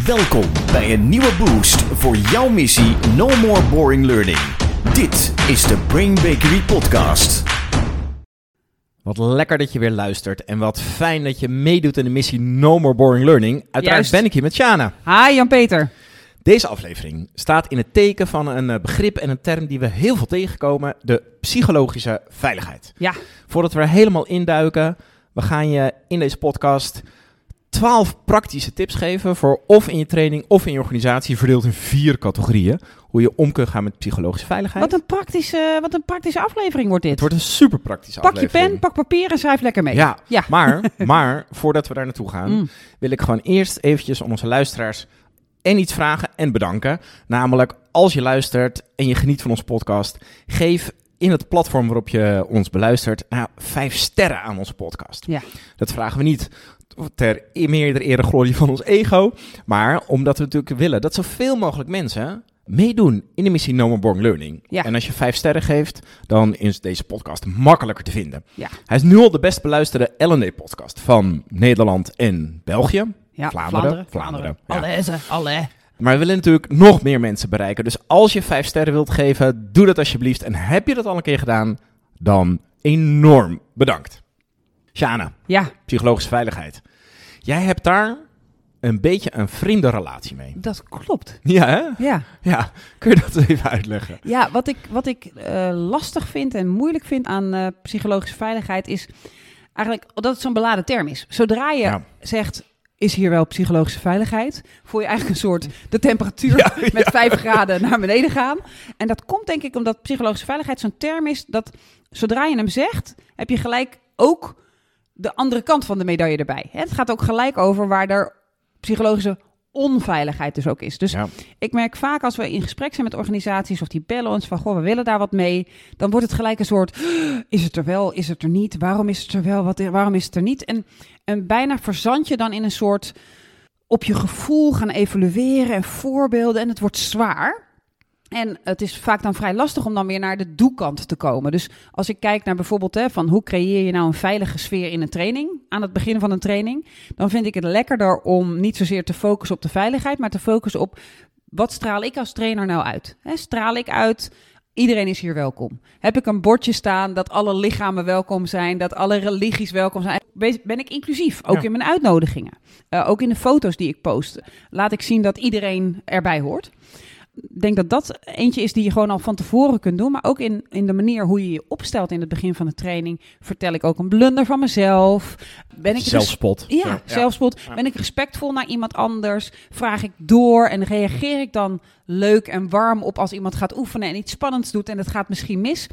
Welkom bij een nieuwe boost voor jouw missie No More Boring Learning. Dit is de Brain Bakery Podcast. Wat lekker dat je weer luistert en wat fijn dat je meedoet in de missie No More Boring Learning. Uiteraard Juist. ben ik hier met Sjana. Hi Jan-Peter. Deze aflevering staat in het teken van een begrip en een term die we heel veel tegenkomen, de psychologische veiligheid. Ja. Voordat we er helemaal induiken, we gaan je in deze podcast 12 praktische tips geven voor of in je training of in je organisatie, verdeeld in 4 categorieën, hoe je om kunt gaan met psychologische veiligheid. Wat een praktische aflevering wordt dit. Het wordt een super praktische Pak je aflevering. pen, pak papier en schrijf lekker mee. Ja, Ja. Maar voordat we daar naartoe gaan, wil ik gewoon eerst eventjes aan onze luisteraars en iets vragen en bedanken. Namelijk, als je luistert en je geniet van onze podcast, geef in het platform waarop je ons beluistert 5 sterren aan onze podcast. Ja. Dat vragen we niet ter meerdere ere glorie van ons ego, maar omdat we natuurlijk willen dat zoveel mogelijk mensen meedoen in de missie No More Boring Learning. Ja. En als je 5 sterren geeft, dan is deze podcast makkelijker te vinden. Ja. Hij is nu al de best beluisterde L&D-podcast van Nederland en België. Ja, Vlaanderen. Ja. Alle. Maar we willen natuurlijk nog meer mensen bereiken. Dus als je 5 sterren wilt geven, doe dat alsjeblieft. En heb je dat al een keer gedaan, dan enorm bedankt. Sjana, Ja, psychologische veiligheid. Jij hebt daar een beetje een vriendenrelatie mee. dat klopt. Ja, hè? Ja. Ja, kun je dat even uitleggen? Ja, wat ik lastig vind en moeilijk vind aan psychologische veiligheid is eigenlijk dat het zo'n beladen term is. Zodra je zegt, is hier wel psychologische veiligheid, voel je eigenlijk een soort de temperatuur met 5 graden naar beneden gaan. En dat komt denk ik omdat psychologische veiligheid zo'n term is dat zodra je hem zegt, heb je gelijk ook de andere kant van de medaille erbij. Het gaat ook gelijk over waar er psychologische onveiligheid dus ook is. Dus ik merk vaak als we in gesprek zijn met organisaties of die bellen ons van, goh, we willen daar wat mee, dan wordt het gelijk een soort, is het er wel, is het er niet? Waarom is het er wel, waarom is het er niet? En bijna verzand je dan in een soort op je gevoel gaan evalueren en voorbeelden en het wordt zwaar. En het is vaak dan vrij lastig om dan weer naar de doekant te komen. Dus als ik kijk naar bijvoorbeeld van hoe creëer je nou een veilige sfeer in een training, aan het begin van een training, dan vind ik het lekkerder om niet zozeer te focussen op de veiligheid, maar te focussen op wat straal ik als trainer nou uit? Straal ik uit, iedereen is hier welkom? Heb ik een bordje staan dat alle lichamen welkom zijn, dat alle religies welkom zijn? Ben ik inclusief, ook in mijn uitnodigingen? Ook in de foto's die ik post. Laat ik zien dat iedereen erbij hoort. Ik denk dat dat eentje is die je gewoon al van tevoren kunt doen. Maar ook in de manier hoe je je opstelt in het begin van de training, vertel ik ook een blunder van mezelf. Zelfspot. Zelfspot. Ja. Ben ik respectvol naar iemand anders? Vraag ik door en reageer ik dan leuk en warm op als iemand gaat oefenen en iets spannends doet en het gaat misschien mis?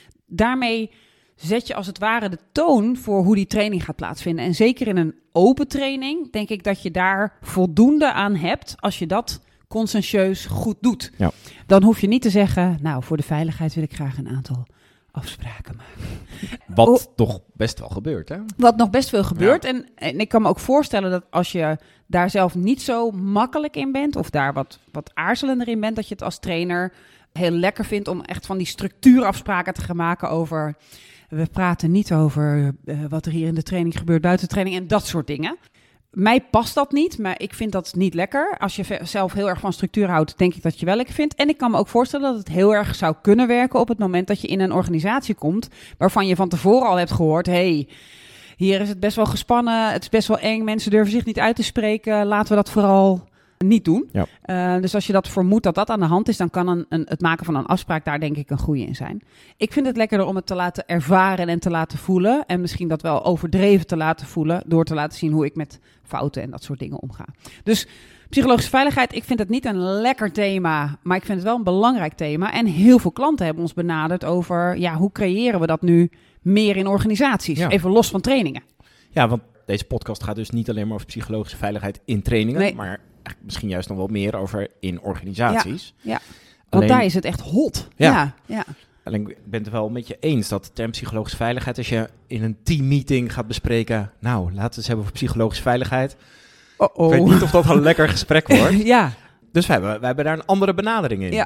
Daarmee zet je als het ware de toon voor hoe die training gaat plaatsvinden. En zeker in een open training denk ik dat je daar voldoende aan hebt als je dat conscientieus goed doet. Ja. Dan hoef je niet te zeggen, nou, voor de veiligheid wil ik graag een aantal afspraken maken. Wat toch best wel gebeurt, hè? Wat nog best veel gebeurt. Ja. En ik kan me ook voorstellen dat als je daar zelf niet zo makkelijk in bent, of daar wat aarzelender in bent, dat je het als trainer heel lekker vindt om echt van die structuurafspraken te gaan maken over, we praten niet over wat er hier in de training gebeurt, buiten de training en dat soort dingen. Mij past dat niet, maar ik vind dat niet lekker. Als je zelf heel erg van structuur houdt, denk ik dat je wel lekker vindt. En ik kan me ook voorstellen dat het heel erg zou kunnen werken op het moment dat je in een organisatie komt waarvan je van tevoren al hebt gehoord, hey, hier is het best wel gespannen, het is best wel eng, mensen durven zich niet uit te spreken, laten we dat vooral niet doen. Ja. Dus als je dat vermoedt dat dat aan de hand is, dan kan het maken van een afspraak daar denk ik een goede in zijn. Ik vind het lekkerder om het te laten ervaren en te laten voelen. En misschien dat wel overdreven te laten voelen door te laten zien hoe ik met fouten en dat soort dingen omga. Dus psychologische veiligheid, ik vind het niet een lekker thema, maar ik vind het wel een belangrijk thema. En heel veel klanten hebben ons benaderd over, hoe creëren we dat nu meer in organisaties? Ja. Even los van trainingen. Ja, want deze podcast gaat dus niet alleen maar over psychologische veiligheid in trainingen, maar misschien juist nog wel meer over in organisaties. Ja. Want daar is het echt hot. Ja. Alleen ik ben het wel met je eens dat de term psychologische veiligheid, als je in een teammeeting gaat bespreken, nou, laten we het eens hebben over psychologische veiligheid. Ik weet niet of dat een lekker gesprek wordt. Ja. Dus wij hebben daar een andere benadering in. Ja.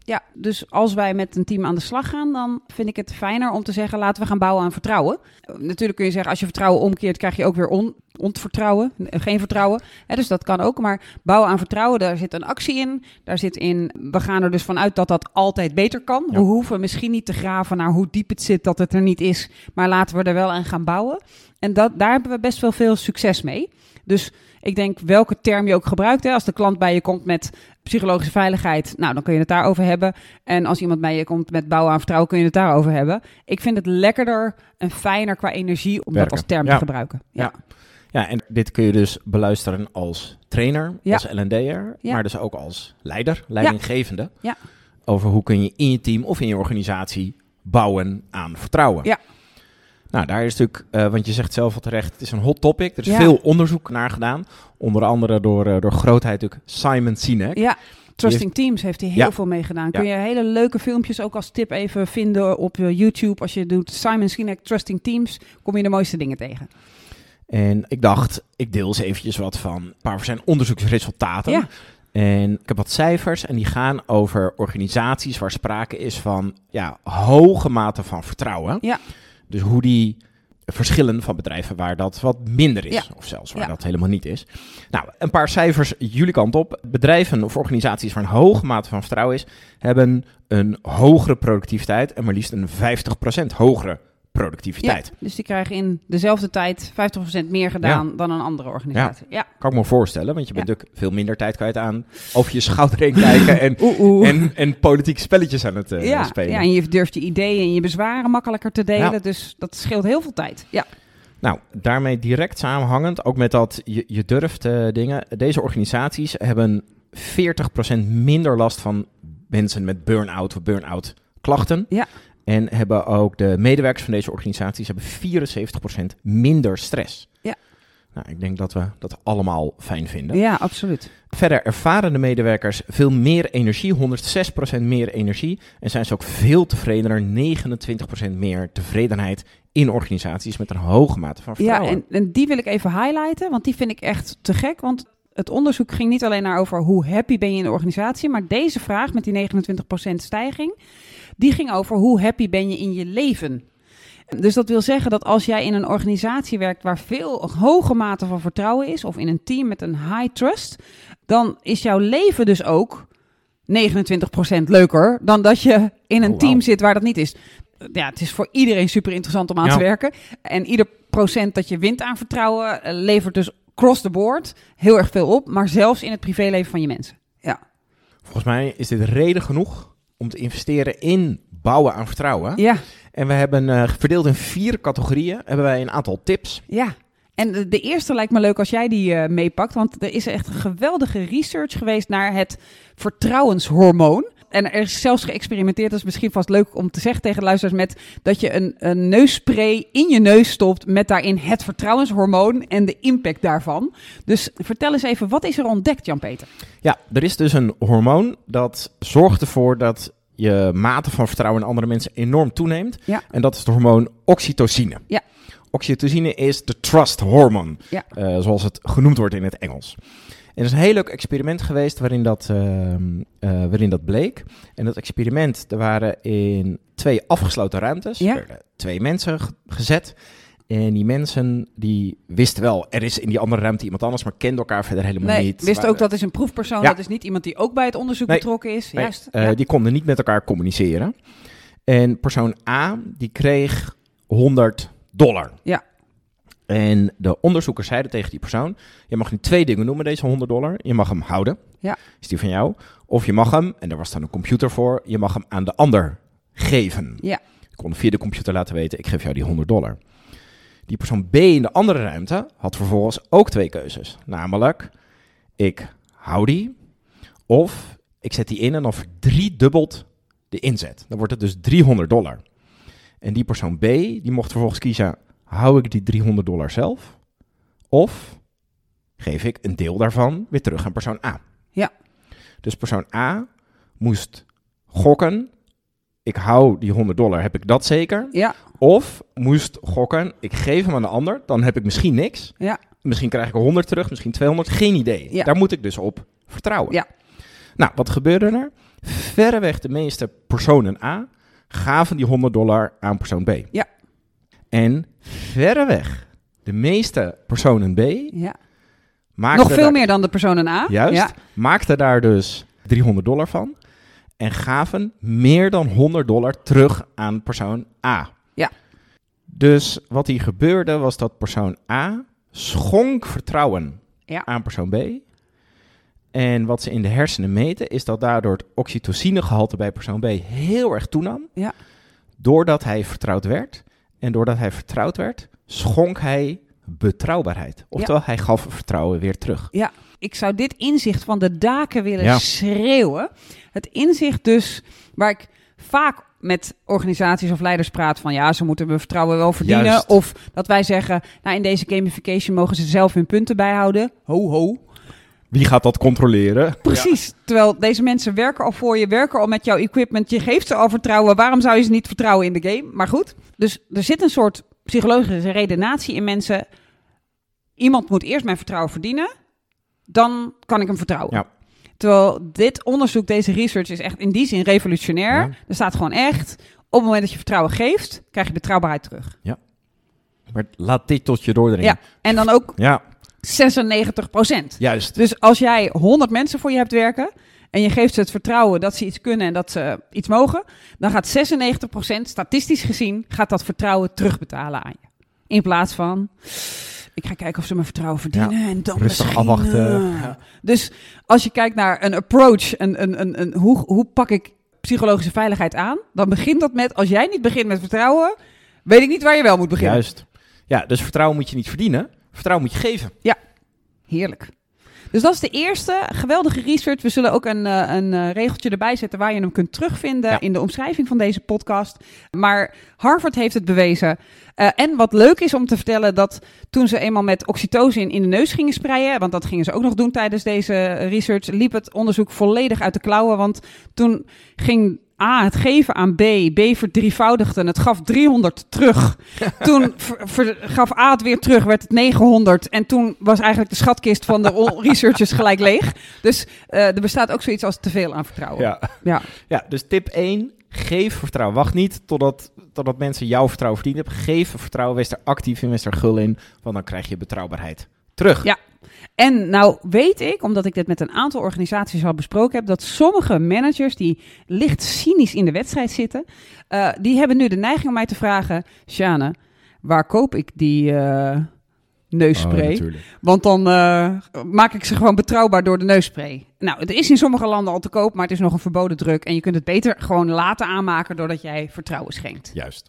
Ja, dus als wij met een team aan de slag gaan, dan vind ik het fijner om te zeggen, laten we gaan bouwen aan vertrouwen. Natuurlijk kun je zeggen, als je vertrouwen omkeert, krijg je ook weer ontvertrouwen, geen vertrouwen. Dus dat kan ook, maar bouwen aan vertrouwen, daar zit een actie in. Daar zit in, we gaan er dus vanuit dat dat altijd beter kan. Ja. We hoeven misschien niet te graven naar hoe diep het zit dat het er niet is, maar laten we er wel aan gaan bouwen. En daar hebben we best wel veel succes mee. Dus ik denk, welke term je ook gebruikt. Als de klant bij je komt met psychologische veiligheid, nou, dan kun je het daarover hebben. En als iemand bij je komt met bouwen aan vertrouwen, kun je het daarover hebben. Ik vind het lekkerder en fijner qua energie om dat als term te gebruiken. Ja, en dit kun je dus beluisteren als trainer, als L&D'er, maar dus ook als leider, leidinggevende. Ja. Over hoe kun je in je team of in je organisatie bouwen aan vertrouwen. Ja. Nou, daar is natuurlijk, want je zegt zelf al terecht, het is een hot topic. Er is veel onderzoek naar gedaan. Onder andere door grootheid natuurlijk Simon Sinek. Ja, Trusting Teams heeft hij heel veel mee gedaan. Kun je hele leuke filmpjes ook als tip even vinden op YouTube. Als je doet Simon Sinek Trusting Teams, kom je de mooiste dingen tegen. En ik dacht, ik deel eens eventjes wat van een paar van zijn onderzoeksresultaten. Ja. En ik heb wat cijfers en die gaan over organisaties waar sprake is van hoge mate van vertrouwen. Ja. Dus hoe die verschillen van bedrijven waar dat wat minder is. Of zelfs waar dat helemaal niet is. Nou, een paar cijfers jullie kant op. Bedrijven of organisaties waar een hoge mate van vertrouwen is, hebben een hogere productiviteit en maar liefst een 50% hogere productiviteit. Ja, dus die krijgen in dezelfde tijd 50% meer gedaan dan een andere organisatie. Ja. Kan ik me voorstellen, want je bent natuurlijk veel minder tijd kwijt aan over je schouder heen kijken en politieke spelletjes aan het spelen. Ja, en je durft je ideeën en je bezwaren makkelijker te delen, dus dat scheelt heel veel tijd. Ja. Nou, daarmee direct samenhangend, ook met dat je durft dingen. Deze organisaties hebben 40% minder last van mensen met burn-out of burn-out klachten. Ja. En hebben ook de medewerkers van deze organisaties hebben 74% minder stress. Ja. Nou, ik denk dat we dat allemaal fijn vinden. Ja, absoluut. Verder ervaren de medewerkers veel meer energie, 106% meer energie. En zijn ze ook veel tevredener, 29% meer tevredenheid in organisaties met een hoge mate van vertrouwen. Ja, en die wil ik even highlighten, want die vind ik echt te gek. Want het onderzoek ging niet alleen naar over hoe happy ben je in de organisatie, maar deze vraag met die 29% stijging, die ging over hoe happy ben je in je leven. Dus dat wil zeggen dat als jij in een organisatie werkt waar veel hoge mate van vertrouwen is, of in een team met een high trust, dan is jouw leven dus ook 29% leuker dan dat je in een team zit waar dat niet is. Ja, het is voor iedereen super interessant om aan te werken. En ieder procent dat je wint aan vertrouwen levert dus cross the board heel erg veel op, maar zelfs in het privéleven van je mensen. Ja. Volgens mij is dit reden genoeg om te investeren in bouwen aan vertrouwen. Ja. En we hebben verdeeld in 4 categorieën, hebben wij een aantal tips. Ja. En de eerste lijkt me leuk als jij die meepakt, want er is echt een geweldige research geweest naar het vertrouwenshormoon. En er is zelfs geëxperimenteerd, dat is misschien vast leuk om te zeggen tegen de luisteraars, met dat je een neusspray in je neus stopt met daarin het vertrouwenshormoon en de impact daarvan. Dus vertel eens even, wat is er ontdekt, Jan-Peter? Ja, er is dus een hormoon dat zorgt ervoor dat je mate van vertrouwen in andere mensen enorm toeneemt. Ja. En dat is het hormoon oxytocine. Ja. Oxytocine is de trust hormone, zoals het genoemd wordt in het Engels. En er is een heel leuk experiment geweest waarin dat bleek. En dat experiment, er waren in 2 afgesloten ruimtes, werden 2 mensen gezet. En die mensen die wisten wel, er is in die andere ruimte iemand anders, maar kenden elkaar verder helemaal niet. Wisten ook dat is een proefpersoon, dat is niet iemand die ook bij het onderzoek betrokken is. Nee, juist. Die konden niet met elkaar communiceren. En persoon A, die kreeg $100. Ja. En de onderzoekers zeiden tegen die persoon, je mag nu 2 dingen noemen, deze $100. Je mag hem houden, is die van jou. Of je mag hem, en daar was dan een computer voor, je mag hem aan de ander geven. Ja. Je kon via de computer laten weten, ik geef jou die $100. Die persoon B in de andere ruimte had vervolgens ook 2 keuzes. Namelijk, ik hou die, of ik zet die in en dan verdriedubbelt de inzet. Dan wordt het dus $300. En die persoon B, die mocht vervolgens kiezen, hou ik die $300 zelf? Of geef ik een deel daarvan weer terug aan persoon A? Ja. Dus persoon A moest gokken, ik hou die $100, heb ik dat zeker? Ja. Of moest gokken, ik geef hem aan de ander, dan heb ik misschien niks. Ja. Misschien krijg ik 100 terug, misschien 200, geen idee. Ja. Daar moet ik dus op vertrouwen. Ja. Nou, wat gebeurde er? Verreweg de meeste personen A gaven die $100 aan persoon B. Ja. En verreweg de meeste personen B Ja. maakten Nog veel meer dan de personen A. Juist, Ja. maakten daar dus $300 van en gaven meer dan $100 terug aan persoon A. Ja. Dus wat hier gebeurde was dat persoon A schonk vertrouwen aan persoon B. En wat ze in de hersenen meten is dat daardoor het oxytocinegehalte bij persoon B heel erg toenam. Ja. Doordat hij vertrouwd werd. En doordat hij vertrouwd werd, schonk hij betrouwbaarheid. Oftewel, hij gaf vertrouwen weer terug. Ja, ik zou dit inzicht van de daken willen schreeuwen. Het inzicht dus waar ik vaak met organisaties of leiders praat van ja, ze moeten hun vertrouwen wel verdienen. Juist. Of dat wij zeggen, nou in deze gamification mogen ze zelf hun punten bijhouden. Ho, ho. Wie gaat dat controleren? Precies, terwijl deze mensen werken al voor je, werken al met jouw equipment. Je geeft ze al vertrouwen, waarom zou je ze niet vertrouwen in de game? Maar goed, dus er zit een soort psychologische redenatie in mensen. Iemand moet eerst mijn vertrouwen verdienen, dan kan ik hem vertrouwen. Ja. Terwijl dit onderzoek, deze research is echt in die zin revolutionair. Ja. Er staat gewoon echt, op het moment dat je vertrouwen geeft, krijg je betrouwbaarheid terug. Maar laat dit tot je doordringen. Ja, en dan ook Ja, 96%. juist. Dus als jij 100 mensen voor je hebt werken en je geeft ze het vertrouwen dat ze iets kunnen en dat ze iets mogen, dan gaat 96% statistisch gezien gaat dat vertrouwen terugbetalen aan je. In plaats van, ik ga kijken of ze mijn vertrouwen verdienen en dan rustig misschien, afwachten. Ja. Dus als je kijkt naar een approach, hoe pak ik psychologische veiligheid aan, dan begint dat met, als jij niet begint met vertrouwen, weet ik niet waar je wel moet beginnen. Juist. Ja, dus vertrouwen moet je niet verdienen. Vertrouwen moet je geven. Heerlijk. Dus dat is de eerste geweldige research. We zullen ook een regeltje erbij zetten waar je hem kunt terugvinden in de omschrijving van deze podcast. Maar Harvard heeft het bewezen. En wat leuk is om te vertellen, dat toen ze eenmaal met oxytocin in de neus gingen spreiden, want dat gingen ze ook nog doen tijdens deze research, liep het onderzoek volledig uit de klauwen. Want toen ging A het geven aan B verdrievoudigde en het gaf 300 terug. Toen gaf A het weer terug, werd het 900. En toen was eigenlijk de schatkist van de researchers gelijk leeg. Dus er bestaat ook zoiets als teveel aan vertrouwen. Ja, dus tip 1, geef vertrouwen. Wacht niet totdat mensen jouw vertrouwen verdiend hebben. Geef vertrouwen, wees er actief in, wees er gul in, want dan krijg je betrouwbaarheid terug. Ja. En nou weet ik, omdat ik dit met een aantal organisaties al besproken heb, dat sommige managers die licht cynisch in de wedstrijd zitten, die hebben nu de neiging om mij te vragen, Sjane, waar koop ik die neusspray? Want dan maak ik ze gewoon betrouwbaar door de neusspray. Nou, het is in sommige landen al te koop, maar het is nog een verboden druk. En je kunt het beter gewoon laten aanmaken doordat jij vertrouwen schenkt. Juist.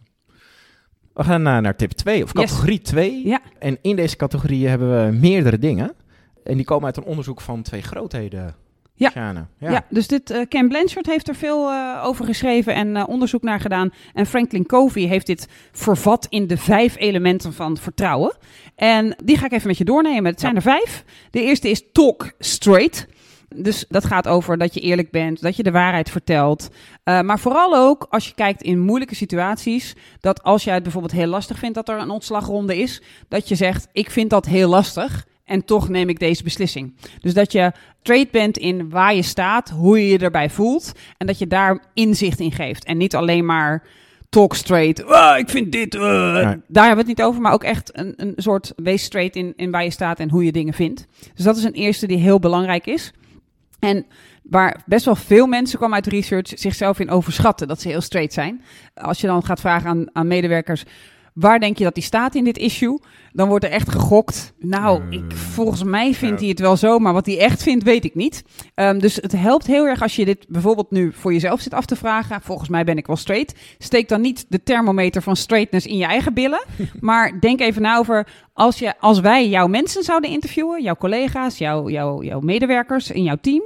We gaan naar tip 2, of categorie 2. Ja. En in deze categorie hebben we meerdere dingen. En die komen uit een onderzoek van 2 grootheden. Ja. Sjane. Ja, dus Ken Blanchard heeft er veel over geschreven en onderzoek naar gedaan. En Franklin Covey heeft dit vervat in de 5 elementen van vertrouwen. En die ga ik even met je doornemen. Het zijn er 5. De eerste is talk straight. Dus dat gaat over dat je eerlijk bent, dat je de waarheid vertelt. Maar vooral ook als je kijkt in moeilijke situaties, dat als jij het bijvoorbeeld heel lastig vindt dat er een ontslagronde is, dat je zegt, ik vind dat heel lastig en toch neem ik deze beslissing. Dus dat je straight bent in waar je staat, hoe je je erbij voelt en dat je daar inzicht in geeft. En niet alleen maar talk straight, ik vind dit, nee. Daar hebben we het niet over, maar ook echt een soort wees straight in waar je staat en hoe je dingen vindt. Dus dat is een eerste die heel belangrijk is. En waar best wel veel mensen, kwam uit research, zichzelf in overschatten, dat ze heel straight zijn. Als je dan gaat vragen aan medewerkers, waar denk je dat die staat in dit issue? Dan wordt er echt gegokt. Nou, volgens mij vindt hij het wel zo, maar wat hij echt vindt, weet ik niet. Dus het helpt heel erg als je dit bijvoorbeeld nu voor jezelf zit af te vragen. Volgens mij ben ik wel straight. Steek dan niet de thermometer van straightness in je eigen billen. Maar denk even na over, als wij jouw mensen zouden interviewen, jouw collega's, jouw medewerkers in jouw team,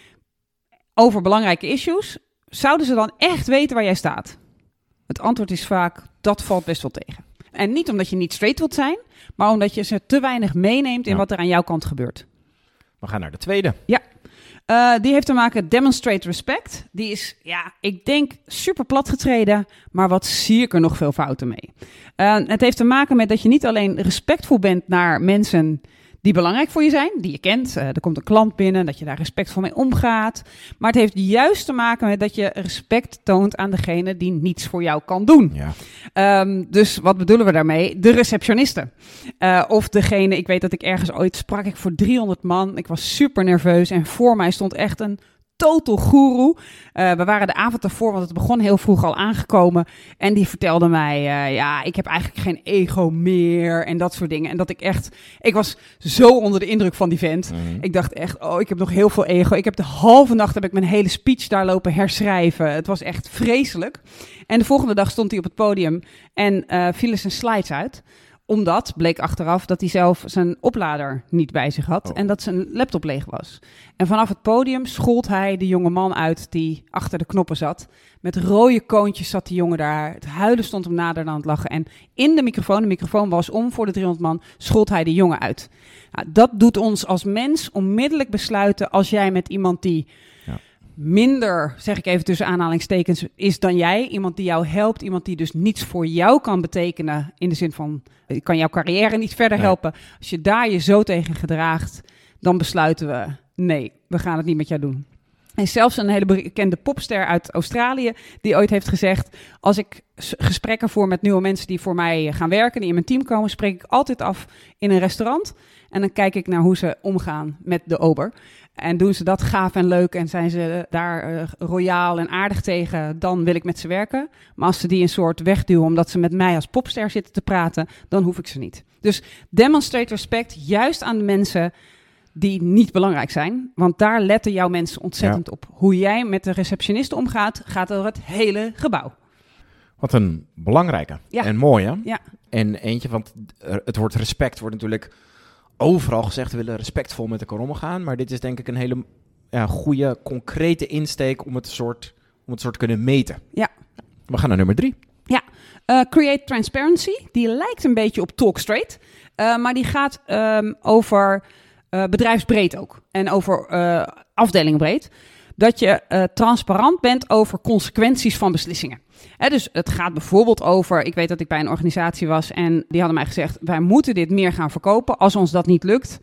over belangrijke issues, zouden ze dan echt weten waar jij staat? Het antwoord is vaak, dat valt best wel tegen. En niet omdat je niet straight wilt zijn, maar omdat je ze te weinig meeneemt in wat er aan jouw kant gebeurt. We gaan naar de tweede. Ja, die heeft te maken demonstrate respect. Die is, ik denk super platgetreden, maar wat zie ik er nog veel fouten mee. Het heeft te maken met dat je niet alleen respectvol bent naar mensen die belangrijk voor je zijn, die je kent. Er komt een klant binnen, dat je daar respectvol mee omgaat. Maar het heeft juist te maken met dat je respect toont aan degene die niets voor jou kan doen. Ja. Dus wat bedoelen we daarmee? De receptioniste. Of degene, ik weet dat ik ergens ooit sprak ik voor 300 man. Ik was super nerveus en voor mij stond echt een total guru. We waren de avond ervoor, want het begon heel vroeg al aangekomen. En die vertelde mij, ik heb eigenlijk geen ego meer en dat soort dingen. En dat ik was zo onder de indruk van die vent. Mm-hmm. Ik dacht echt, ik heb nog heel veel ego. Ik heb de halve nacht mijn hele speech daar lopen herschrijven. Het was echt vreselijk. En de volgende dag stond hij op het podium en vielen zijn slides uit. Omdat, bleek achteraf, dat hij zelf zijn oplader niet bij zich had en dat zijn laptop leeg was. En vanaf het podium schold hij de jonge man uit die achter de knoppen zat. Met rode koontjes zat die jongen daar. Het huilen stond hem nader dan het lachen. En in de microfoon was om voor de 300 man, schold hij de jongen uit. Nou, dat doet ons als mens onmiddellijk besluiten als jij met iemand die minder, zeg ik even tussen aanhalingstekens, is dan jij. Iemand die jou helpt, iemand die dus niets voor jou kan betekenen. In de zin van, kan jouw carrière niet verder helpen. Als je daar je zo tegen gedraagt, dan besluiten we, nee, we gaan het niet met jou doen. En zelfs een hele bekende popster uit Australië, die ooit heeft gezegd, als ik gesprekken voer met nieuwe mensen die voor mij gaan werken, die in mijn team komen, spreek ik altijd af in een restaurant. En dan kijk ik naar hoe ze omgaan met de ober. En doen ze dat gaaf en leuk en zijn ze daar royaal en aardig tegen, dan wil ik met ze werken. Maar als ze die een soort wegduwen omdat ze met mij als popster zitten te praten, dan hoef ik ze niet. Dus demonstrate respect juist aan de mensen die niet belangrijk zijn. Want daar letten jouw mensen ontzettend op. Hoe jij met de receptioniste omgaat, gaat door het hele gebouw. Wat een belangrijke en mooie. Ja. En eentje, want het woord respect wordt natuurlijk overal gezegd, we willen respectvol met elkaar omgaan. Maar dit is denk ik een hele goede, concrete insteek om het soort kunnen meten. Ja. We gaan naar nummer 3. Ja, Create Transparency. Die lijkt een beetje op Talk Straight. Maar die gaat over bedrijfsbreed ook. En over afdelingenbreed. Dat je transparant bent over consequenties van beslissingen. Dus het gaat bijvoorbeeld over, ik weet dat ik bij een organisatie was en die hadden mij gezegd, wij moeten dit meer gaan verkopen. Als ons dat niet lukt,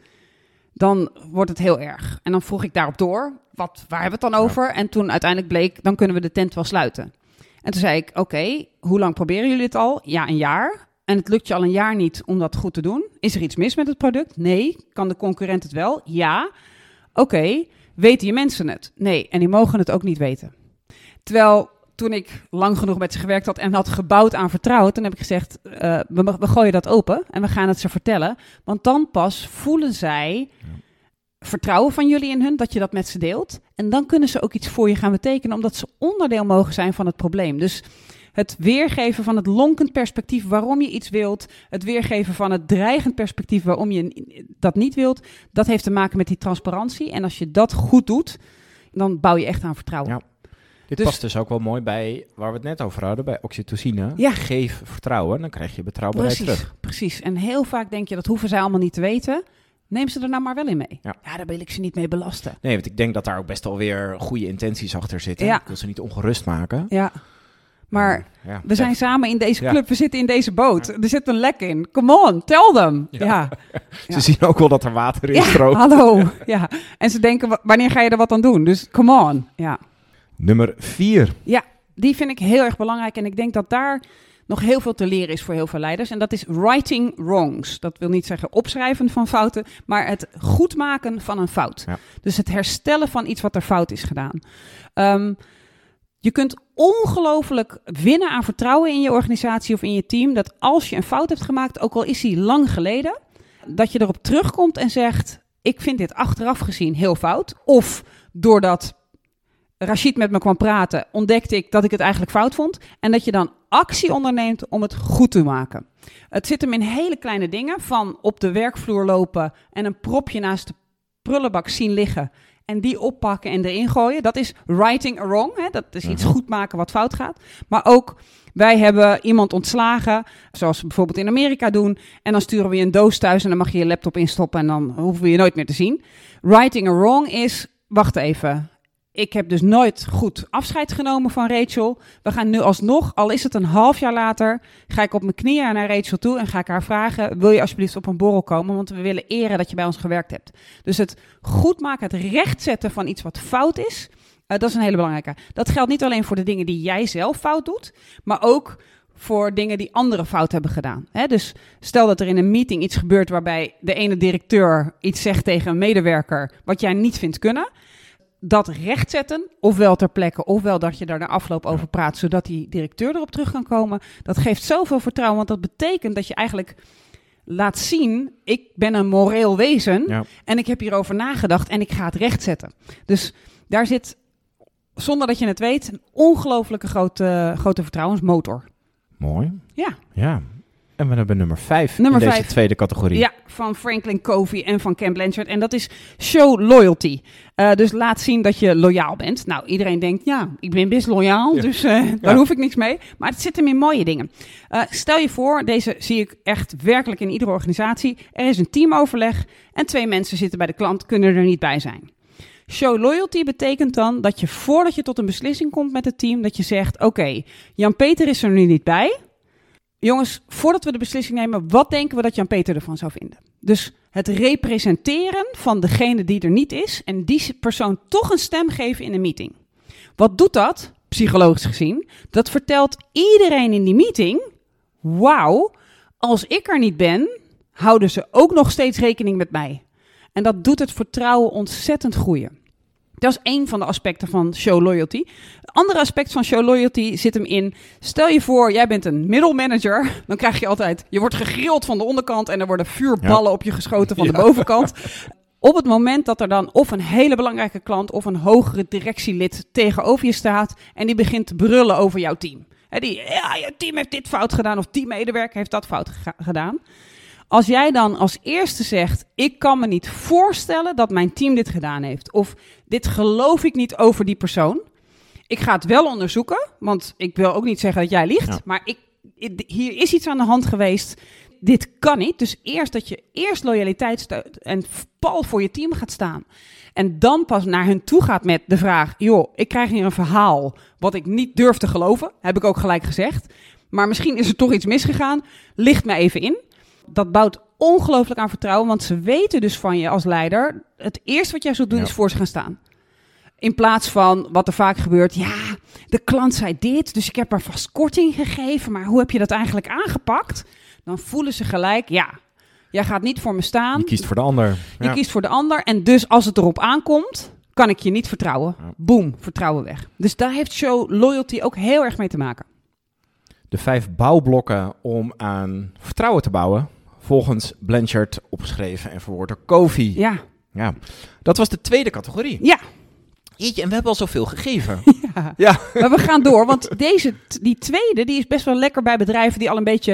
dan wordt het heel erg. En dan vroeg ik daarop door, waar hebben we het dan over? En toen uiteindelijk bleek, dan kunnen we de tent wel sluiten. En toen zei ik, oké, hoe lang proberen jullie het al? Ja, een jaar. En het lukt je al een jaar niet om dat goed te doen. Is er iets mis met het product? Nee. Kan de concurrent het wel? Ja. Oké. Weten je mensen het? Nee. En die mogen het ook niet weten. Terwijl toen ik lang genoeg met ze gewerkt had en had gebouwd aan vertrouwen, toen heb ik gezegd, we gooien dat open en we gaan het ze vertellen. Want dan pas voelen zij vertrouwen van jullie in hun, dat je dat met ze deelt. En dan kunnen ze ook iets voor je gaan betekenen, omdat ze onderdeel mogen zijn van het probleem. Dus het weergeven van het lonkend perspectief waarom je iets wilt, het weergeven van het dreigend perspectief waarom je dat niet wilt, dat heeft te maken met die transparantie. En als je dat goed doet, dan bouw je echt aan vertrouwen. Ja. Dit past dus ook wel mooi bij waar we het net over hadden, bij oxytocine. Ja. Geef vertrouwen, dan krijg je betrouwbaarheid terug. Precies. En heel vaak denk je, dat hoeven zij allemaal niet te weten. Neem ze er nou maar wel in mee. Ja, daar wil ik ze niet mee belasten. Nee, want ik denk dat daar ook best wel weer goede intenties achter zitten. Ja. Ik wil ze niet ongerust maken. Ja. Maar we zijn samen in deze club, we zitten in deze boot. Er zit een lek in. Come on, tell them. Ja. Ze zien ook wel dat er water in stroomt. Hallo. Ja. En ze denken, wanneer ga je er wat aan doen? Dus come on. Ja. Nummer 4. Ja, die vind ik heel erg belangrijk. En ik denk dat daar nog heel veel te leren is voor heel veel leiders. En dat is righting wrongs. Dat wil niet zeggen opschrijven van fouten, maar het goedmaken van een fout. Ja. Dus het herstellen van iets wat er fout is gedaan. Je kunt ongelooflijk winnen aan vertrouwen in je organisatie of in je team, dat als je een fout hebt gemaakt, ook al is die lang geleden, dat je erop terugkomt en zegt, ik vind dit achteraf gezien heel fout. Of doordat Rachid met me kwam praten, ontdekte ik dat ik het eigenlijk fout vond. En dat je dan actie onderneemt om het goed te maken. Het zit hem in hele kleine dingen, van op de werkvloer lopen en een propje naast de prullenbak zien liggen en die oppakken en erin gooien. Dat is righting a wrong. Hè? Dat is iets goed maken wat fout gaat. Maar ook, wij hebben iemand ontslagen, zoals we bijvoorbeeld in Amerika doen. En dan sturen we je een doos thuis en dan mag je je laptop instoppen en dan hoeven we je nooit meer te zien. Righting a wrong is, wacht even, ik heb dus nooit goed afscheid genomen van Rachel. We gaan nu alsnog, al is het een half jaar later, ga ik op mijn knieën naar Rachel toe en ga ik haar vragen, wil je alsjeblieft op een borrel komen? Want we willen eren dat je bij ons gewerkt hebt. Dus het goed maken, het rechtzetten van iets wat fout is, dat is een hele belangrijke. Dat geldt niet alleen voor de dingen die jij zelf fout doet, maar ook voor dingen die anderen fout hebben gedaan. Dus stel dat er in een meeting iets gebeurt waarbij de ene directeur iets zegt tegen een medewerker wat jij niet vindt kunnen. Dat rechtzetten, ofwel ter plekke, ofwel dat je daar na afloop over praat, zodat die directeur erop terug kan komen. Dat geeft zoveel vertrouwen, want dat betekent dat je eigenlijk laat zien, ik ben een moreel wezen en ik heb hierover nagedacht en ik ga het rechtzetten. Dus daar zit, zonder dat je het weet, een ongelooflijke grote vertrouwensmotor. Mooi. Ja. En we hebben nummer 5 in deze tweede categorie. Ja, van Franklin Covey en van Ken Blanchard. En dat is show loyalty. Dus laat zien dat je loyaal bent. Nou, iedereen denkt, ja, ik ben best loyaal, dus daar hoef ik niks mee. Maar het zit hem in mooie dingen. Stel je voor, deze zie ik echt werkelijk in iedere organisatie. Er is een teamoverleg en 2 mensen zitten bij de klant, kunnen er niet bij zijn. Show loyalty betekent dan dat je voordat je tot een beslissing komt met het team, dat je zegt, oké, Jan-Peter is er nu niet bij. Jongens, voordat we de beslissing nemen, wat denken we dat Jan-Peter ervan zou vinden? Dus het representeren van degene die er niet is en die persoon toch een stem geven in een meeting. Wat doet dat, psychologisch gezien? Dat vertelt iedereen in die meeting, wauw, als ik er niet ben, houden ze ook nog steeds rekening met mij. En dat doet het vertrouwen ontzettend groeien. Dat is één van de aspecten van show loyalty. Een ander aspect van show loyalty zit hem in, stel je voor, jij bent een middelmanager, dan krijg je altijd, je wordt gegrild van de onderkant en er worden vuurballen op je geschoten van de bovenkant. Op het moment dat er dan of een hele belangrijke klant of een hogere directielid tegenover je staat en die begint te brullen over jouw team. Je team heeft dit fout gedaan of die medewerker heeft dat fout gedaan. Als jij dan als eerste zegt, ik kan me niet voorstellen dat mijn team dit gedaan heeft. Of dit geloof ik niet over die persoon. Ik ga het wel onderzoeken, want ik wil ook niet zeggen dat jij liegt. Ja. Maar hier is iets aan de hand geweest. Dit kan niet. Dus dat je eerst loyaliteit steunt en pal voor je team gaat staan. En dan pas naar hen toe gaat met de vraag, joh, ik krijg hier een verhaal wat ik niet durf te geloven. Heb ik ook gelijk gezegd. Maar misschien is er toch iets misgegaan. Licht me even in. Dat bouwt ongelooflijk aan vertrouwen, want ze weten dus van je als leider, het eerste wat jij zult doen is voor ze gaan staan. In plaats van wat er vaak gebeurt, ja, de klant zei dit, dus ik heb haar vast korting gegeven, maar hoe heb je dat eigenlijk aangepakt? Dan voelen ze gelijk, ja, jij gaat niet voor me staan. Je kiest voor de ander. Je kiest voor de ander en dus als het erop aankomt, kan ik je niet vertrouwen. Ja. Boom, vertrouwen weg. Dus daar heeft show loyalty ook heel erg mee te maken. De 5 bouwblokken om aan vertrouwen te bouwen, volgens Blanchard opgeschreven en verwoord door Covey. Ja. Dat was de tweede categorie. Ja. Jeetje, en we hebben al zoveel gegeven. Ja. Maar we gaan door, want die tweede, die is best wel lekker bij bedrijven die al een beetje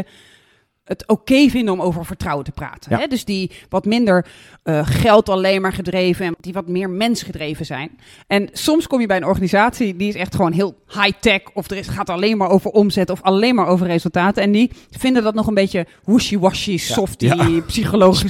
het oké vinden om over vertrouwen te praten. Ja. Hè? Dus die wat minder geld alleen maar gedreven en die wat meer mensgedreven zijn. En soms kom je bij een organisatie die is echt gewoon heel high-tech of gaat alleen maar over omzet of alleen maar over resultaten. En die vinden dat nog een beetje wishy-washy, softy, psychologisch,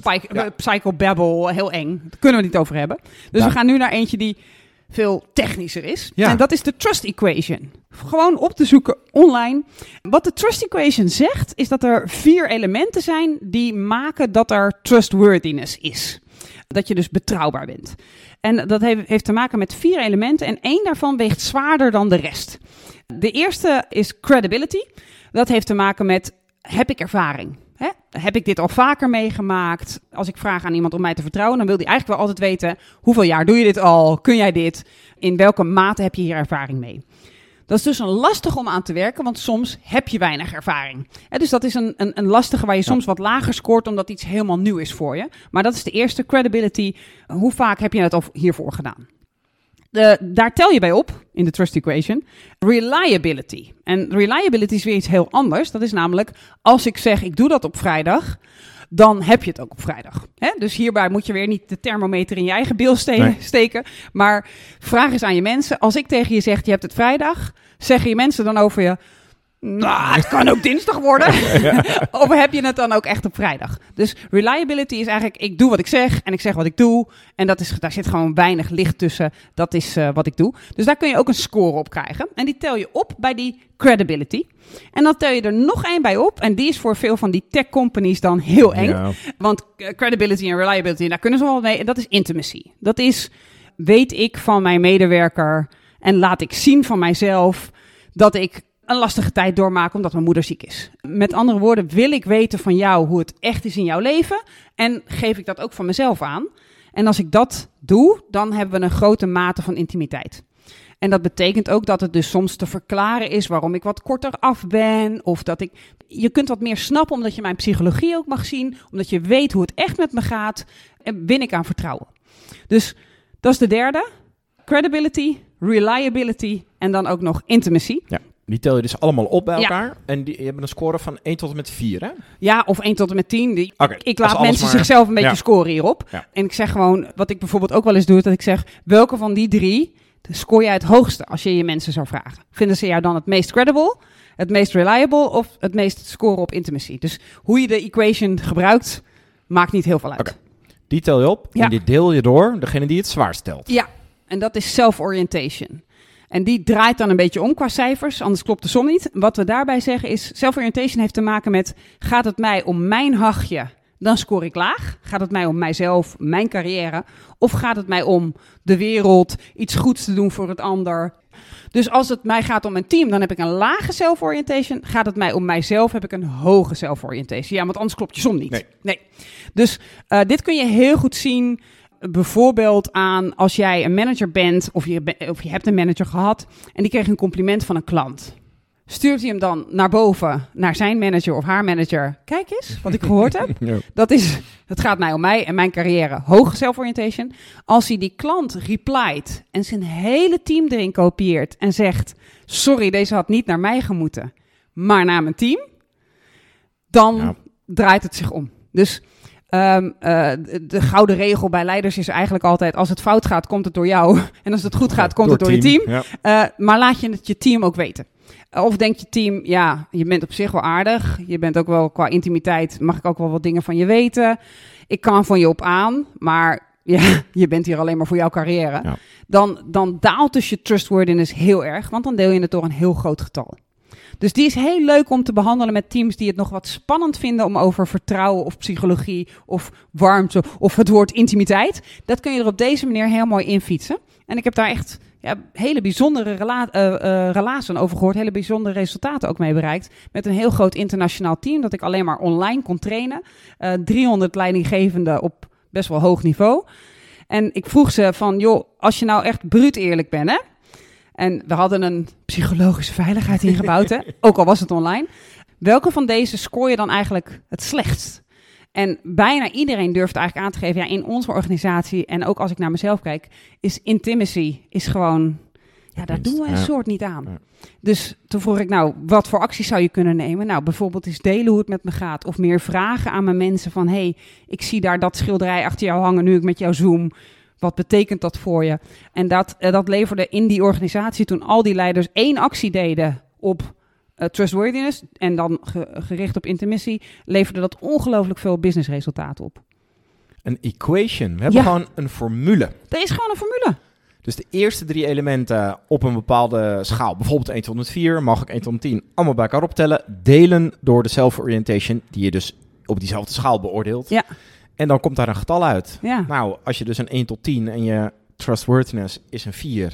psychobabble, heel eng. Daar kunnen we het niet over hebben. Dus we gaan nu naar eentje die veel technischer is. Ja. En dat is de trust equation. Gewoon op te zoeken online. Wat de trust equation zegt, is dat er 4 elementen zijn die maken dat er trustworthiness is. Dat je dus betrouwbaar bent. En dat heeft te maken met 4 elementen en 1 daarvan weegt zwaarder dan de rest. De eerste is credibility. Dat heeft te maken met, heb ik ervaring? Heb ik dit al vaker meegemaakt? Als ik vraag aan iemand om mij te vertrouwen, dan wil die eigenlijk wel altijd weten, hoeveel jaar doe je dit al? Kun jij dit? In welke mate heb je hier ervaring mee? Dat is dus een lastig om aan te werken, want soms heb je weinig ervaring. Dus dat is een lastige waar je soms wat lager scoort, omdat iets helemaal nieuw is voor je. Maar dat is de eerste, credibility. Hoe vaak heb je het al hiervoor gedaan? Daar tel je bij op, in de trust equation, reliability. En reliability is weer iets heel anders. Dat is namelijk, als ik zeg, ik doe dat op vrijdag, dan heb je het ook op vrijdag. Dus hierbij moet je weer niet de thermometer in je eigen bil steken. Maar vraag eens aan je mensen, als ik tegen je zeg, je hebt het vrijdag, zeggen je mensen dan over je, Nou, het kan ook dinsdag worden. Of heb je het dan ook echt op vrijdag? Dus reliability is eigenlijk, ik doe wat ik zeg en ik zeg wat ik doe. En daar zit gewoon weinig licht tussen. Dat is wat ik doe. Dus daar kun je ook een score op krijgen. En die tel je op bij die credibility. En dan tel je er nog één bij op. En die is voor veel van die tech companies dan heel eng. Ja. Want credibility en reliability, daar kunnen ze wel mee. En dat is intimacy. Dat is, weet ik van mijn medewerker en laat ik zien van mijzelf dat ik een lastige tijd doormaken omdat mijn moeder ziek is. Met andere woorden, wil ik weten van jou hoe het echt is in jouw leven en geef ik dat ook van mezelf aan. En als ik dat doe, dan hebben we een grote mate van intimiteit. En dat betekent ook dat het dus soms te verklaren is waarom ik wat korter af ben. Of dat je kunt wat meer snappen omdat je mijn psychologie ook mag zien. Omdat je weet hoe het echt met me gaat. En win ik aan vertrouwen. Dus dat is de derde. Credibility, reliability en dan ook nog intimacy. Ja. Die tel je dus allemaal op bij elkaar. Ja. En die hebben een score van 1 tot en met 4, hè? Ja, of 1 tot en met 10. Ik laat mensen zichzelf een beetje scoren hierop. Ja. En ik zeg gewoon, wat ik bijvoorbeeld ook wel eens doe, dat ik zeg, welke van die 3 scoor jij het hoogste als je mensen zou vragen? Vinden ze jou dan het meest credible, het meest reliable of het meest scoren op intimacy? Dus hoe je de equation gebruikt, maakt niet heel veel uit. Okay. Die tel je op en die deel je door degene die het zwaarst stelt. Ja, en dat is self-orientation. En die draait dan een beetje om qua cijfers, anders klopt de som niet. Wat we daarbij zeggen is, self-orientation heeft te maken met, gaat het mij om mijn hachje, dan scoor ik laag. Gaat het mij om mijzelf, mijn carrière, of gaat het mij om de wereld, iets goeds te doen voor het ander? Dus als het mij gaat om een team, dan heb ik een lage self-orientation. Gaat het mij om mijzelf, heb ik een hoge self-orientation. Ja, want anders klopt je som niet. Nee. Dus dit kun je heel goed zien, bijvoorbeeld aan als jij een manager bent of je hebt een manager gehad en die kreeg een compliment van een klant. Stuurt hij hem dan naar boven, naar zijn manager of haar manager. Kijk eens, wat ik gehoord heb. Ja. Het gaat mij om mij en mijn carrière. Hoge self-orientation. Als hij die klant replied en zijn hele team erin kopieert en zegt, sorry, deze had niet naar mij gemoeten, maar naar mijn team, dan draait het zich om. Dus de gouden regel bij leiders is eigenlijk altijd, als het fout gaat, komt het door jou. En als het goed gaat, komt het door je team. Ja. Maar laat je het je team ook weten. Of denkt je team, ja, je bent op zich wel aardig. Je bent ook wel qua intimiteit, mag ik ook wel wat dingen van je weten. Ik kan van je op aan, maar ja, je bent hier alleen maar voor jouw carrière. Ja. Dan daalt dus je trustworthiness heel erg, want dan deel je het door een heel groot getal. Dus die is heel leuk om te behandelen met teams die het nog wat spannend vinden om over vertrouwen of psychologie of warmte of het woord intimiteit. Dat kun je er op deze manier heel mooi in fietsen. En ik heb daar echt hele bijzondere relaties over gehoord, hele bijzondere resultaten ook mee bereikt. Met een heel groot internationaal team dat ik alleen maar online kon trainen. 300 leidinggevenden op best wel hoog niveau. En ik vroeg ze van, joh, als je nou echt bruut eerlijk bent, hè? En we hadden een psychologische veiligheid ingebouwd, hè? Ook al was het online. Welke van deze scoor je dan eigenlijk het slechtst? En bijna iedereen durft eigenlijk aan te geven, ja, in onze organisatie, en ook als ik naar mezelf kijk, is intimacy gewoon, ja, daar doen we een soort niet aan. Ja. Dus toen vroeg ik, nou, wat voor acties zou je kunnen nemen? Nou, bijvoorbeeld eens delen hoe het met me gaat. Of meer vragen aan mijn mensen van, hey, ik zie daar dat schilderij achter jou hangen nu ik met jou zoom. Wat betekent dat voor je? En dat leverde in die organisatie, toen al die leiders 1 actie deden op trustworthiness en dan gericht op intimacy, leverde dat ongelooflijk veel businessresultaten op. Een equation. We hebben gewoon een formule. Er is gewoon een formule. Dus de eerste 3 elementen op een bepaalde schaal, bijvoorbeeld 1 tot en met 4, mag ik 1 tot en met 10, allemaal bij elkaar optellen. Delen door de self-orientation die je dus op diezelfde schaal beoordeelt. Ja. En dan komt daar een getal uit. Ja. Nou, als je dus een 1 tot 10 en je trustworthiness is een 4,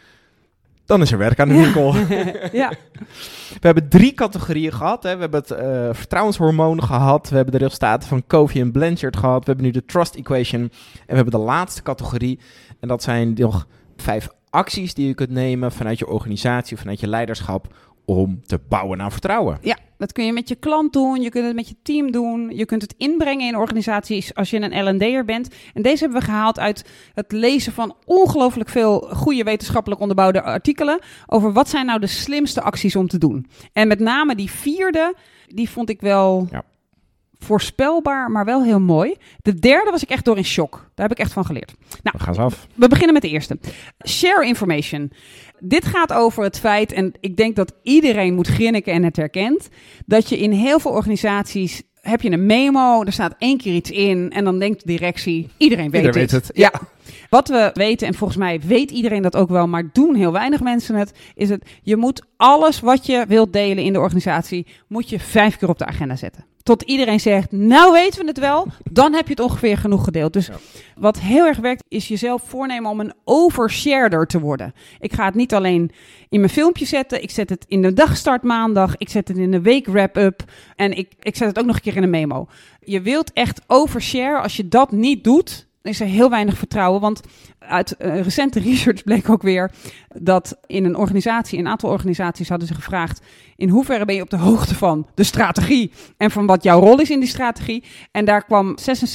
dan is er werk aan de winkel. Ja. We hebben 3 categorieën gehad. Hè. We hebben het vertrouwenshormoon gehad. We hebben de resultaten van Covey en Blanchard gehad. We hebben nu de trust equation. En we hebben de laatste categorie. En dat zijn nog 5 acties die je kunt nemen vanuit je organisatie, vanuit je leiderschap, om te bouwen aan vertrouwen. Ja, dat kun je met je klant doen, je kunt het met je team doen, je kunt het inbrengen in organisaties als je een L&D'er bent. En deze hebben we gehaald uit het lezen van ongelooflijk veel goede wetenschappelijk onderbouwde artikelen over wat zijn nou de slimste acties om te doen. En met name die 4e, die vond ik wel voorspelbaar, maar wel heel mooi. De derde was ik echt door in shock. Daar heb ik echt van geleerd. Nou, we gaan eens af. We beginnen met de eerste. Share information. Dit gaat over het feit, en ik denk dat iedereen moet grinniken en het herkent, dat je in heel veel organisaties heb je een memo, er staat 1 keer iets in en dan denkt de directie, iedereen weet het. Ja. Wat we weten, en volgens mij weet iedereen dat ook wel, maar doen heel weinig mensen het, is het, je moet alles wat je wilt delen in de organisatie, moet je 5 keer op de agenda zetten. Tot iedereen zegt, nou weten we het wel, dan heb je het ongeveer genoeg gedeeld. Dus wat heel erg werkt, is jezelf voornemen om een oversharer te worden. Ik ga het niet alleen in mijn filmpje zetten, ik zet het in de dagstart maandag, ik zet het in de week wrap-up en ik zet het ook nog een keer in een memo. Je wilt echt overshare, als je dat niet doet, dan is er heel weinig vertrouwen, want uit recente research bleek ook weer dat in een aantal organisaties hadden ze gevraagd, in hoeverre ben je op de hoogte van de strategie en van wat jouw rol is in die strategie? En daar kwam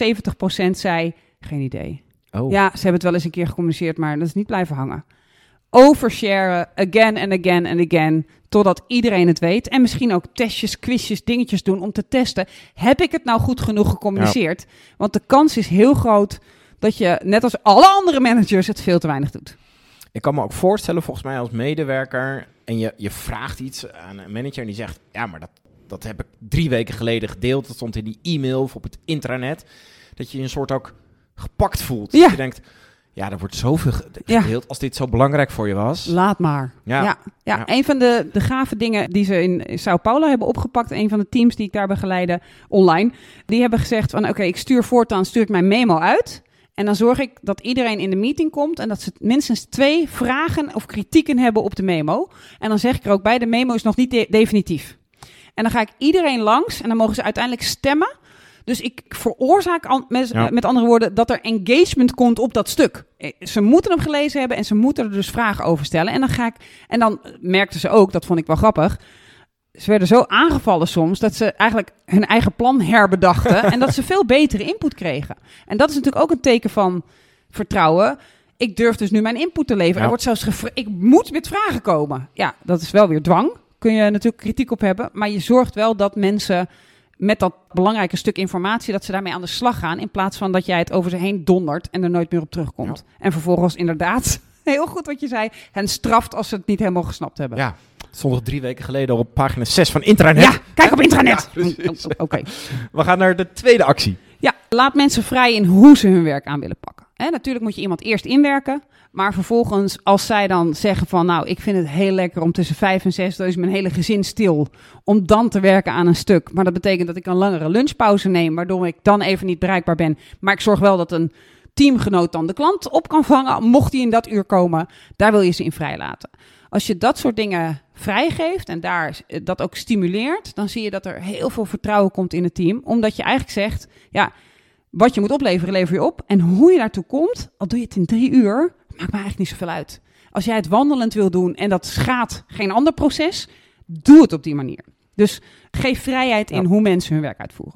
76% zei, geen idee. Oh. Ja, ze hebben het wel eens een keer gecommuniceerd, maar dat is niet blijven hangen. Oversharen, again and again and again, totdat iedereen het weet. En misschien ook testjes, quizjes, dingetjes doen om te testen. Heb ik het nou goed genoeg gecommuniceerd? Ja. Want de kans is heel groot dat je, net als alle andere managers, het veel te weinig doet. Ik kan me ook voorstellen, volgens mij als medewerker, en je vraagt iets aan een manager en die zegt, ja, maar dat heb ik 3 weken geleden gedeeld. Dat stond in die e-mail of op het intranet. Dat je een soort ook gepakt voelt. Ja. Dat je denkt, ja, er wordt zoveel gedeeld. Als dit zo belangrijk voor je was. Laat maar. Ja. Een van de gave dingen die ze in Sao Paulo hebben opgepakt, een van de teams die ik daar begeleide online, die hebben gezegd van oké, ik stuur ik mijn memo uit. En dan zorg ik dat iedereen in de meeting komt en dat ze minstens 2 vragen of kritieken hebben op de memo. En dan zeg ik er ook bij, de memo is nog niet definitief. En dan ga ik iedereen langs en dan mogen ze uiteindelijk stemmen. Dus ik veroorzaak, met andere woorden, dat er engagement komt op dat stuk. Ze moeten hem gelezen hebben en ze moeten er dus vragen over stellen. En dan merkten ze ook, dat vond ik wel grappig, ze werden zo aangevallen soms dat ze eigenlijk hun eigen plan herbedachten en dat ze veel betere input kregen. En dat is natuurlijk ook een teken van vertrouwen. Ik durf dus nu mijn input te leveren. Ja. Er wordt zelfs ik moet met vragen komen. Ja, dat is wel weer dwang. Kun je natuurlijk kritiek op hebben, maar je zorgt wel dat mensen met dat belangrijke stuk informatie, dat ze daarmee aan de slag gaan, in plaats van dat jij het over ze heen dondert en er nooit meer op terugkomt. Ja. En vervolgens inderdaad, heel goed wat je zei, hen straft als ze het niet helemaal gesnapt hebben. Ja, het stond nog 3 weken geleden al op pagina 6 van Intranet. Ja, kijk op Intranet. Ja, Oké. We gaan naar de tweede actie. Ja, laat mensen vrij in hoe ze hun werk aan willen pakken. Natuurlijk moet je iemand eerst inwerken, maar vervolgens als zij dan zeggen van nou, ik vind het heel lekker om tussen 5 en 6, dan is mijn hele gezin stil, om dan te werken aan een stuk. Maar dat betekent dat ik een langere lunchpauze neem, waardoor ik dan even niet bereikbaar ben. Maar ik zorg wel dat een teamgenoot dan de klant op kan vangen, mocht hij in dat uur komen. Daar wil je ze in vrijlaten. Als je dat soort dingen vrijgeeft en daar dat ook stimuleert, dan zie je dat er heel veel vertrouwen komt in het team. Omdat je eigenlijk zegt, ja, wat je moet opleveren, lever je op. En hoe je daartoe komt, al doe je het in 3 uur, maakt me eigenlijk niet zoveel uit. Als jij het wandelend wil doen en dat schaadt geen ander proces, doe het op die manier. Dus geef vrijheid in hoe mensen hun werk uitvoeren.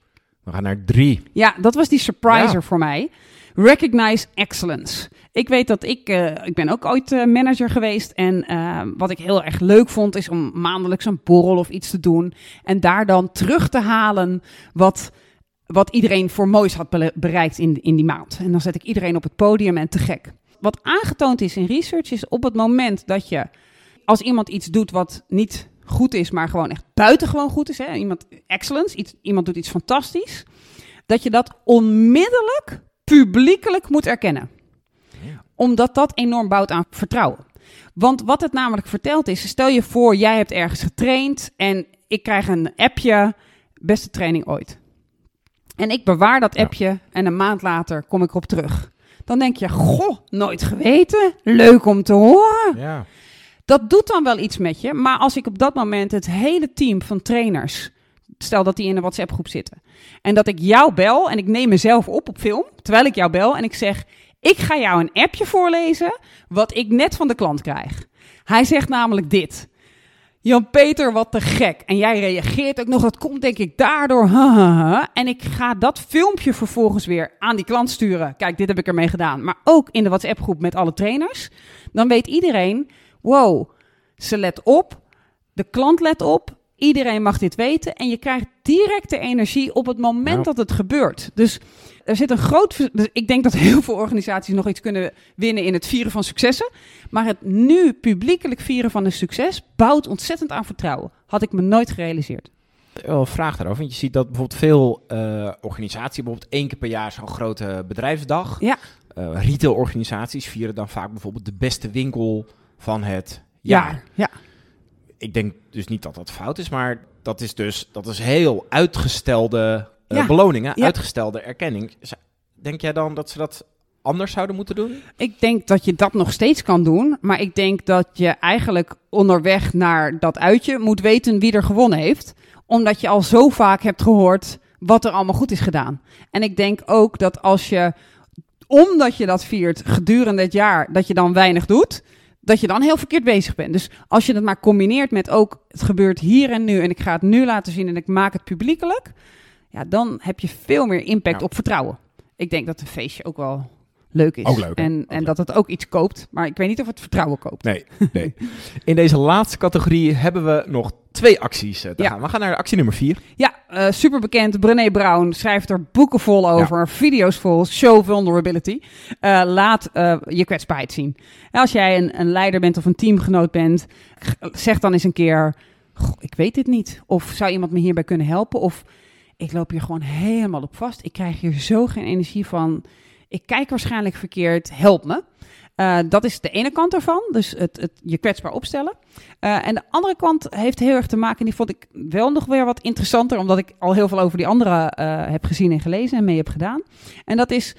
We gaan naar 3. Ja, dat was die surpriser voor mij. Recognize excellence. Ik weet dat ik ben ook ooit manager geweest. En wat ik heel erg leuk vond, is om maandelijks een borrel of iets te doen. En daar dan terug te halen wat iedereen voor moois had bereikt in die maand. En dan zet ik iedereen op het podium en te gek. Wat aangetoond is in research is op het moment dat je, als iemand iets doet wat niet goed is, maar gewoon echt buitengewoon goed is. Hè? Iemand doet iets fantastisch. Dat je dat onmiddellijk publiekelijk moet erkennen. Ja. Omdat dat enorm bouwt aan vertrouwen. Want wat het namelijk vertelt is, stel je voor, jij hebt ergens getraind en ik krijg een appje, beste training ooit. En ik bewaar dat appje en een maand later kom ik erop terug. Dan denk je, goh, nooit geweten, leuk om te horen. Ja. Dat doet dan wel iets met je, maar als ik op dat moment het hele team van trainers, stel dat die in een WhatsApp-groep zitten, en dat ik jou bel en ik neem mezelf op film, terwijl ik jou bel en ik zeg, ik ga jou een appje voorlezen wat ik net van de klant krijg. Hij zegt namelijk dit. Jan-Peter, wat te gek. En jij reageert ook nog, dat komt denk ik daardoor. En ik ga dat filmpje vervolgens weer aan die klant sturen. Kijk, dit heb ik ermee gedaan. Maar ook in de WhatsApp-groep met alle trainers. Dan weet iedereen, wow, ze let op, de klant let op. Iedereen mag dit weten. En je krijgt directe energie op het moment dat het gebeurt. Dus er zit een groot... Dus ik denk dat heel veel organisaties nog iets kunnen winnen in het vieren van successen. Maar het nu publiekelijk vieren van een succes bouwt ontzettend aan vertrouwen. Had ik me nooit gerealiseerd. Een vraag daarover, want je ziet dat bijvoorbeeld veel organisaties, bijvoorbeeld 1 keer per jaar zo'n grote bedrijfsdag. Ja. Retailorganisaties vieren dan vaak bijvoorbeeld de beste winkel van het jaar. Ja. Ik denk dus niet dat dat fout is, maar dat is heel uitgestelde beloningen, uitgestelde erkenning. Denk jij dan dat ze dat anders zouden moeten doen? Ik denk dat je dat nog steeds kan doen, maar ik denk dat je eigenlijk onderweg naar dat uitje moet weten wie er gewonnen heeft, omdat je al zo vaak hebt gehoord wat er allemaal goed is gedaan. En ik denk ook dat omdat je dat viert gedurende het jaar, dat je dan weinig doet, dat je dan heel verkeerd bezig bent. Dus als je dat maar combineert met ook, het gebeurt hier en nu en ik ga het nu laten zien en ik maak het publiekelijk, ja, dan heb je veel meer impact op vertrouwen. Ik denk dat een feestje ook wel leuk is. Ook leuk, en dat het ook iets koopt, maar ik weet niet of het vertrouwen koopt. Nee. In deze laatste categorie hebben we nog 2 acties te gaan. We gaan naar actie nummer 4. Ja, super bekend. Brené Brown schrijft er boeken vol over, video's vol, show vulnerability. Laat je kwetsbaarheid zien. En als jij een leider bent of een teamgenoot bent, zeg dan eens een keer, ik weet dit niet. Of zou iemand me hierbij kunnen helpen? Of ik loop hier gewoon helemaal op vast. Ik krijg hier zo geen energie van. Ik kijk waarschijnlijk verkeerd, help me. Dat is de ene kant ervan, dus je kwetsbaar opstellen. En de andere kant heeft heel erg te maken, en die vond ik wel nog weer wat interessanter, omdat ik al heel veel over die andere heb gezien en gelezen en mee heb gedaan. En dat is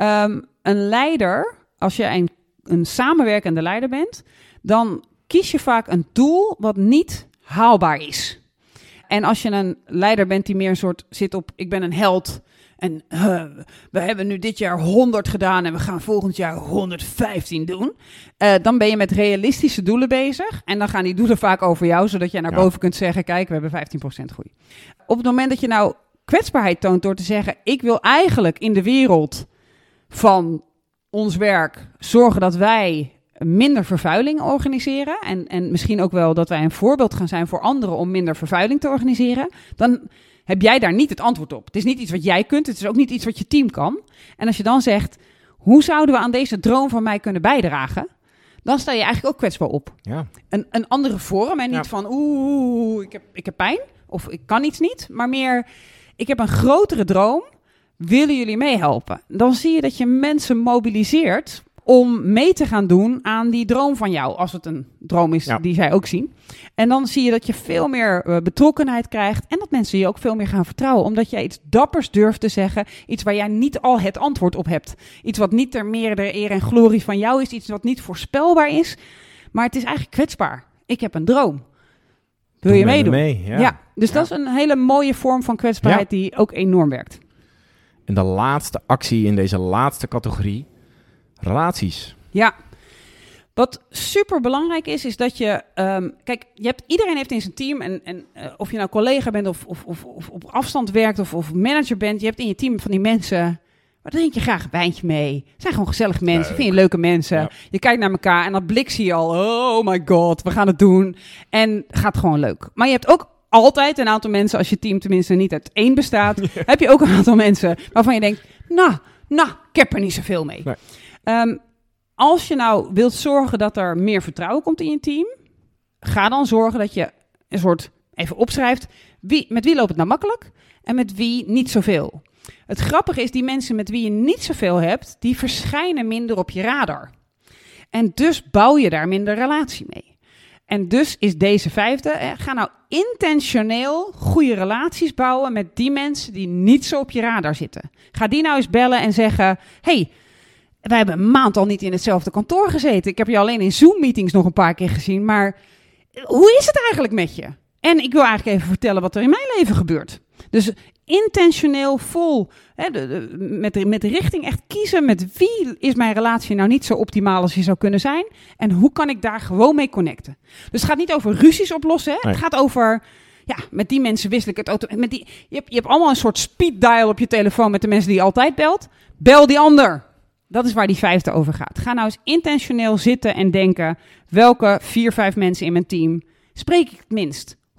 een leider, als je een samenwerkende leider bent, dan kies je vaak een doel wat niet haalbaar is. En als je een leider bent die meer een soort zit op, ik ben een held. En we hebben nu dit jaar 100 gedaan en we gaan volgend jaar 115 doen. Dan ben je met realistische doelen bezig. En dan gaan die doelen vaak over jou, zodat jij naar boven kunt zeggen, kijk, we hebben 15% groei. Op het moment dat je nou kwetsbaarheid toont door te zeggen, ik wil eigenlijk in de wereld van ons werk zorgen dat wij minder vervuiling organiseren. En misschien ook wel dat wij een voorbeeld gaan zijn voor anderen om minder vervuiling te organiseren. Dan heb jij daar niet het antwoord op. Het is niet iets wat jij kunt. Het is ook niet iets wat je team kan. En als je dan zegt, hoe zouden we aan deze droom van mij kunnen bijdragen? Dan sta je eigenlijk ook kwetsbaar op. Ja. Een andere vorm en niet van, ik heb pijn of ik kan iets niet. Maar meer, ik heb een grotere droom. Willen jullie meehelpen? Dan zie je dat je mensen mobiliseert om mee te gaan doen aan die droom van jou. Als het een droom is die zij ook zien. En dan zie je dat je veel meer betrokkenheid krijgt. En dat mensen je ook veel meer gaan vertrouwen. Omdat jij iets dappers durft te zeggen. Iets waar jij niet al het antwoord op hebt. Iets wat niet ter meerdere eer en glorie van jou is. Iets wat niet voorspelbaar is. Maar het is eigenlijk kwetsbaar. Ik heb een droom. Wil je meedoen? Dus dat is een hele mooie vorm van kwetsbaarheid die ook enorm werkt. En de laatste actie in deze laatste categorie. Relaties. Ja. Wat super belangrijk is dat je... kijk, iedereen heeft in zijn team... En of je nou collega bent of op afstand werkt of manager bent... Je hebt in je team van die mensen... Waar drink je graag een wijntje mee? Het zijn gewoon gezellige mensen. Vind je leuke mensen. Ja. Je kijkt naar elkaar en dat blik zie je al. Oh my god, we gaan het doen. En gaat gewoon leuk. Maar je hebt ook altijd een aantal mensen... Als je team tenminste niet uit 1 bestaat... heb je ook een aantal mensen waarvan je denkt... Nou, ik heb er niet zoveel mee. Nee. Als je nou wilt zorgen dat er meer vertrouwen komt in je team, ga dan zorgen dat je een soort even opschrijft, met wie loopt het nou makkelijk en met wie niet zoveel. Het grappige is, die mensen met wie je niet zoveel hebt, die verschijnen minder op je radar. En dus bouw je daar minder relatie mee. En dus is deze 5e, ga nou intentioneel goede relaties bouwen met die mensen die niet zo op je radar zitten. Ga die nou eens bellen en zeggen, hey, wij hebben een maand al niet in hetzelfde kantoor gezeten. Ik heb je alleen in Zoom-meetings nog een paar keer gezien. Maar hoe is het eigenlijk met je? En ik wil eigenlijk even vertellen wat er in mijn leven gebeurt. Dus intentioneel vol, met de richting echt kiezen met wie is mijn relatie nou niet zo optimaal als die zou kunnen zijn. En hoe kan ik daar gewoon mee connecten. Dus het gaat niet over ruzies oplossen. Nee. Het gaat over, met die mensen wissel ik het auto. Je hebt allemaal een soort speed dial op je telefoon met de mensen die je altijd belt. Bel die ander. Dat is waar die 5e over gaat. Ga nou eens intentioneel zitten en denken, welke 4-5 mensen in mijn team spreek ik het minst?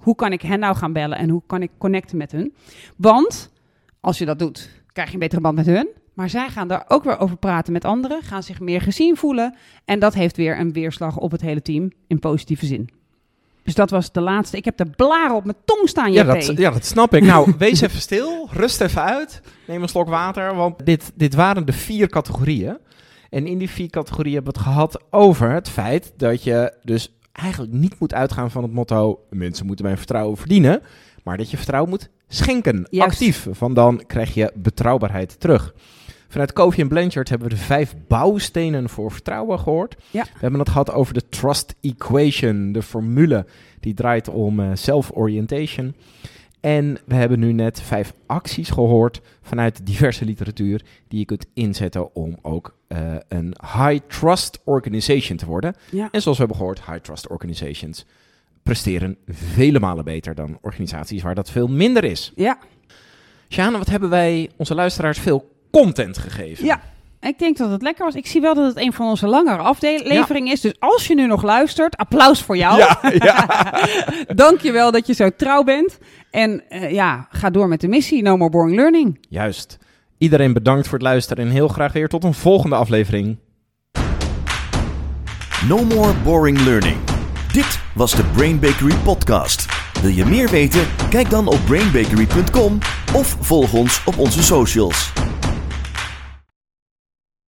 hoe kan ik hen nou gaan bellen en hoe kan ik connecten met hun? Want als je dat doet, krijg je een betere band met hun. Maar zij gaan daar ook weer over praten met anderen, gaan zich meer gezien voelen. En dat heeft weer een weerslag op het hele team in positieve zin. Dus dat was de laatste. Ik heb de blaren op mijn tong staan, JP. Dat snap ik. Nou, wees even stil, rust even uit, neem een slok water. Want dit waren de 4 categorieën. En in die 4 categorieën hebben we het gehad over het feit dat je dus eigenlijk niet moet uitgaan van het motto, mensen moeten mijn vertrouwen verdienen, maar dat je vertrouwen moet schenken, actief. Van dan krijg je betrouwbaarheid terug. Vanuit Covey & Blanchard hebben we de 5 bouwstenen voor vertrouwen gehoord. Ja. We hebben het gehad over de trust equation, de formule die draait om self-orientation. En we hebben nu net 5 acties gehoord vanuit diverse literatuur die je kunt inzetten om ook een high trust organization te worden. Ja. En zoals we hebben gehoord, high trust organizations presteren vele malen beter dan organisaties waar dat veel minder is. Ja. Sjane, wat hebben wij onze luisteraars veel content gegeven? Ja, ik denk dat het lekker was. Ik zie wel dat het een van onze langere afleveringen is. Dus als je nu nog luistert, applaus voor jou. Ja. Dank je wel dat je zo trouw bent. En ga door met de missie. No more boring learning. Juist. Iedereen bedankt voor het luisteren en heel graag weer tot een volgende aflevering. No more boring learning. Dit was de Brain Bakery podcast. Wil je meer weten? Kijk dan op brainbakery.com of volg ons op onze socials.